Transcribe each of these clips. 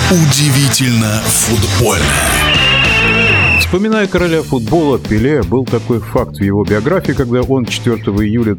Удивительно футбольно. Вспоминая короля футбола Пеле, был такой факт в его биографии, когда он 4 июля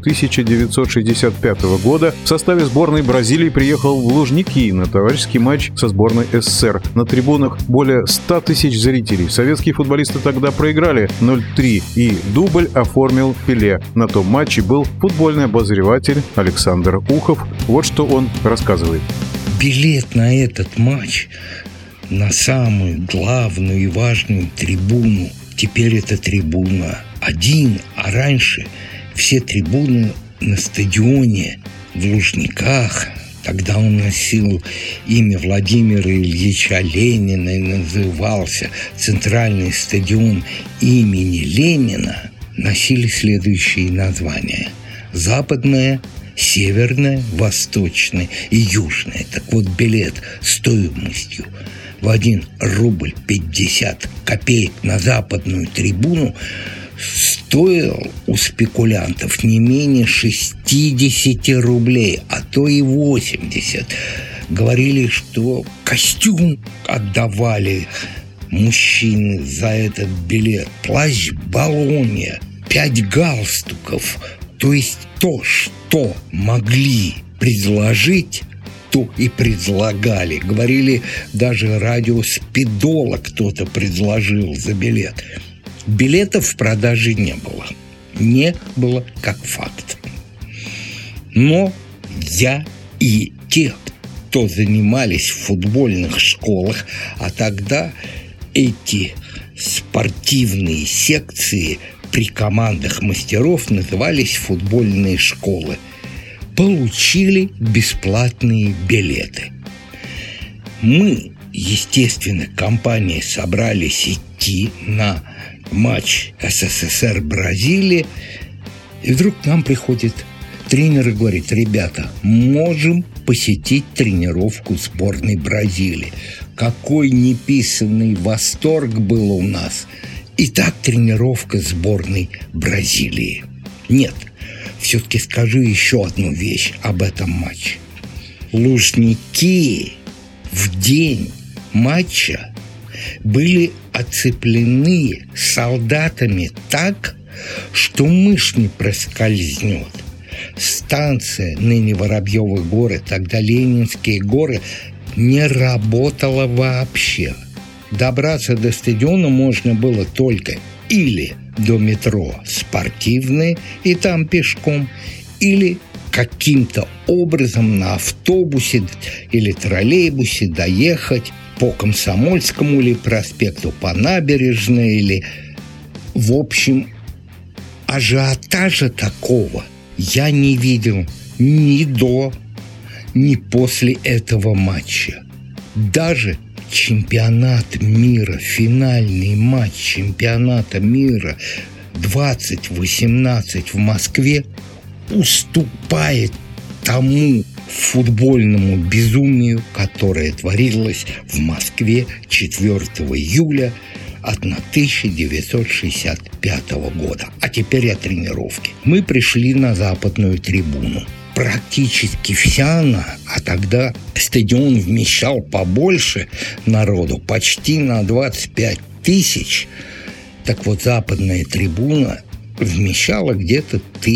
1965 года в составе сборной Бразилии приехал в Лужники на товарищеский матч со сборной СССР. На трибунах более 100 тысяч зрителей. Советские футболисты тогда проиграли 0-3, и дубль оформил Пеле. На том матче был футбольный обозреватель Александр Ухов. Вот что он рассказывает. Билет на этот матч, на самую главную и важную трибуну. Теперь это трибуна 1, а раньше все трибуны на стадионе в Лужниках. Тогда он носил имя Владимира Ильича Ленина и назывался Центральный стадион имени Ленина. Носили следующие названия: Западная, Северная, Восточная и Южная. Так вот, билет стоимостью в 1 рубль 50 копеек на западную трибуну стоил у спекулянтов не менее 60 рублей, а то и 80. Говорили, что костюм отдавали мужчины за этот билет, плащ Болонья, 5 галстуков. То есть то, что могли предложить, то и предлагали. Говорили, даже радио Спидола кто-то предложил за билет. Билетов в продаже не было. Не было как факт. Но я и те, кто занимались в футбольных школах, а тогда эти спортивные секции при командах мастеров назывались футбольные школы, получили бесплатные билеты. Мы, естественно, компанией собрались идти на матч СССР-Бразилия, и вдруг к нам приходит тренер и говорит: ребята, можем посетить тренировку сборной Бразилии. Какой неписанный восторг был у нас. Итак, тренировка сборной Бразилии. Нет, все-таки скажу еще одну вещь об этом матче. Лужники в день матча были оцеплены солдатами так, что мышь не проскользнет. Станция, ныне Воробьевы горы, тогда Ленинские горы, не работала вообще. Добраться до стадиона можно было только или до метро Спортивное, и там пешком, или каким-то образом на автобусе или троллейбусе доехать по Комсомольскому или проспекту, по набережной, или... В общем, ажиотажа такого я не видел ни до, ни после этого матча. Даже чемпионат мира, финальный матч чемпионата мира 2018 в Москве уступает тому футбольному безумию, которое творилось в Москве 4 июля 1965 года. А теперь о тренировке. Мы пришли на западную трибуну. Практически вся она, а тогда стадион вмещал побольше народу, почти на 25 тысяч. Так вот, западная трибуна вмещала где-то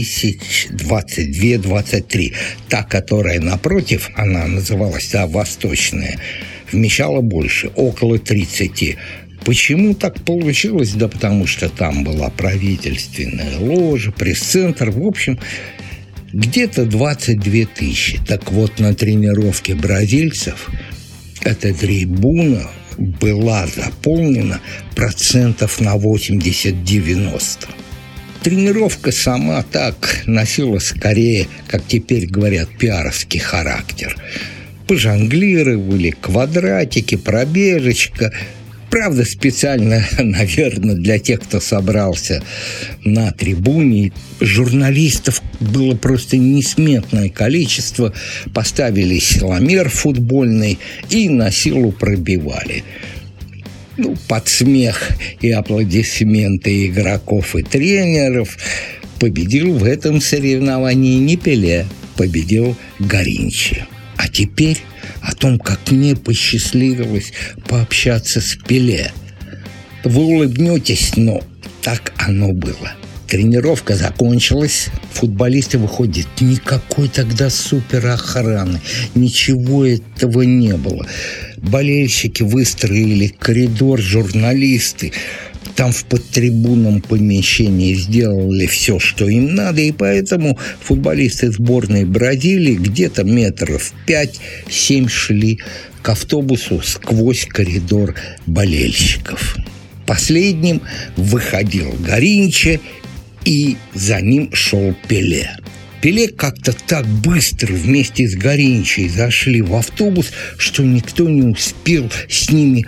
22-23. Та, которая напротив, она называлась восточная, вмещала больше, около 30. Почему так получилось? Да потому что там была правительственная ложа, пресс-центр, в общем... Где-то 22 тысячи. Так вот, на тренировке бразильцев эта трибуна была заполнена процентов на 80-90. Тренировка сама так носила скорее, как теперь говорят, пиаровский характер. Пожонглировали, квадратики, пробежечка. Правда, специально, наверное, для тех, кто собрался на трибуне, журналистов было просто несметное количество. Поставили силомер футбольный и на силу пробивали. Под смех и аплодисменты игроков и тренеров победил в этом соревновании не Пеле, победил Гаринчи. А А теперь о том, как мне посчастливилось пообщаться с Пеле. Вы улыбнетесь, но так оно было. Тренировка закончилась, футболисты выходят. Никакой тогда суперохраны, ничего этого не было. Болельщики выстроили коридор, журналисты там в подтрибунном помещении сделали все, что им надо, и поэтому футболисты сборной Бразилии где-то метров 5-7 шли к автобусу сквозь коридор болельщиков. Последним выходил Гаринча, и за ним шел Пеле. Пеле как-то так быстро вместе с Гаринчей зашли в автобус, что никто не успел с ними,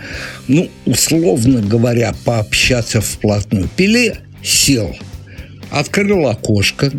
условно говоря, пообщаться вплотную. Пеле сел, открыл окошко,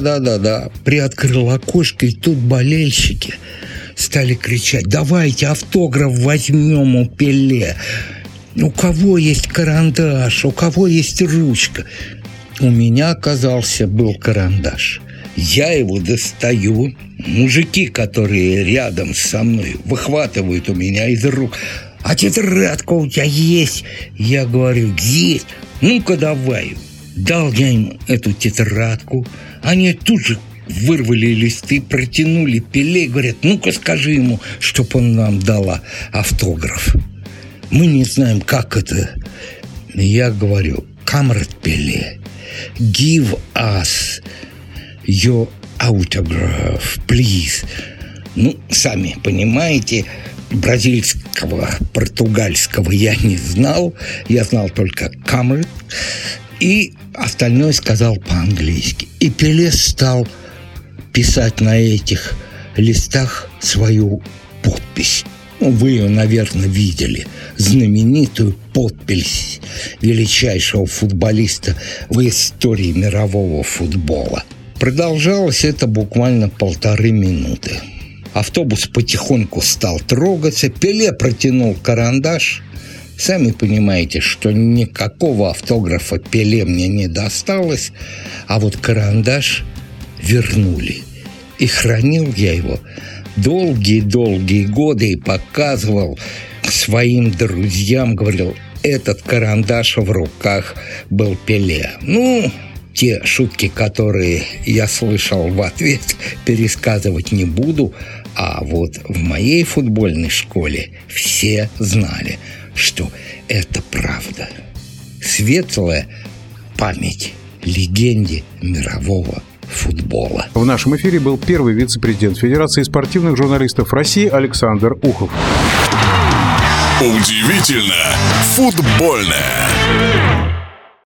приоткрыл окошко, и тут болельщики стали кричать: давайте автограф возьмем у Пеле. У кого есть карандаш, у кого есть ручка? У меня, был карандаш. Я его достаю. Мужики, которые рядом со мной, выхватывают у меня из рук: а тетрадка у тебя есть? Я говорю: есть. Ну-ка давай. Дал я им эту тетрадку. Они тут же вырвали листы, протянули Пеле и говорят: ну-ка скажи ему, чтоб он нам дал автограф. Мы не знаем, как это. Я говорю: камрад Пеле, give us your autograph, please. Сами понимаете, бразильского, португальского я не знал. Я знал только камрад. И остальное сказал по-английски. И Пеле стал писать на этих листах свою подпись. Вы ее, наверное, видели. Знаменитую подпись величайшего футболиста в истории мирового футбола. Продолжалось это буквально 1,5 минуты. Автобус потихоньку стал трогаться. Пеле протянул карандаш. Сами понимаете, что никакого автографа Пеле мне не досталось. А вот карандаш вернули. И хранил я его долгие-долгие годы и показывал своим друзьям, говорил: этот карандаш в руках был Пеле. Те шутки, которые я слышал в ответ, пересказывать не буду. А вот в моей футбольной школе все знали, что это правда. Светлая память легенде мирового футбола. В нашем эфире был первый вице-президент Федерации спортивных журналистов России Александр Ухов. Удивительно футбольное.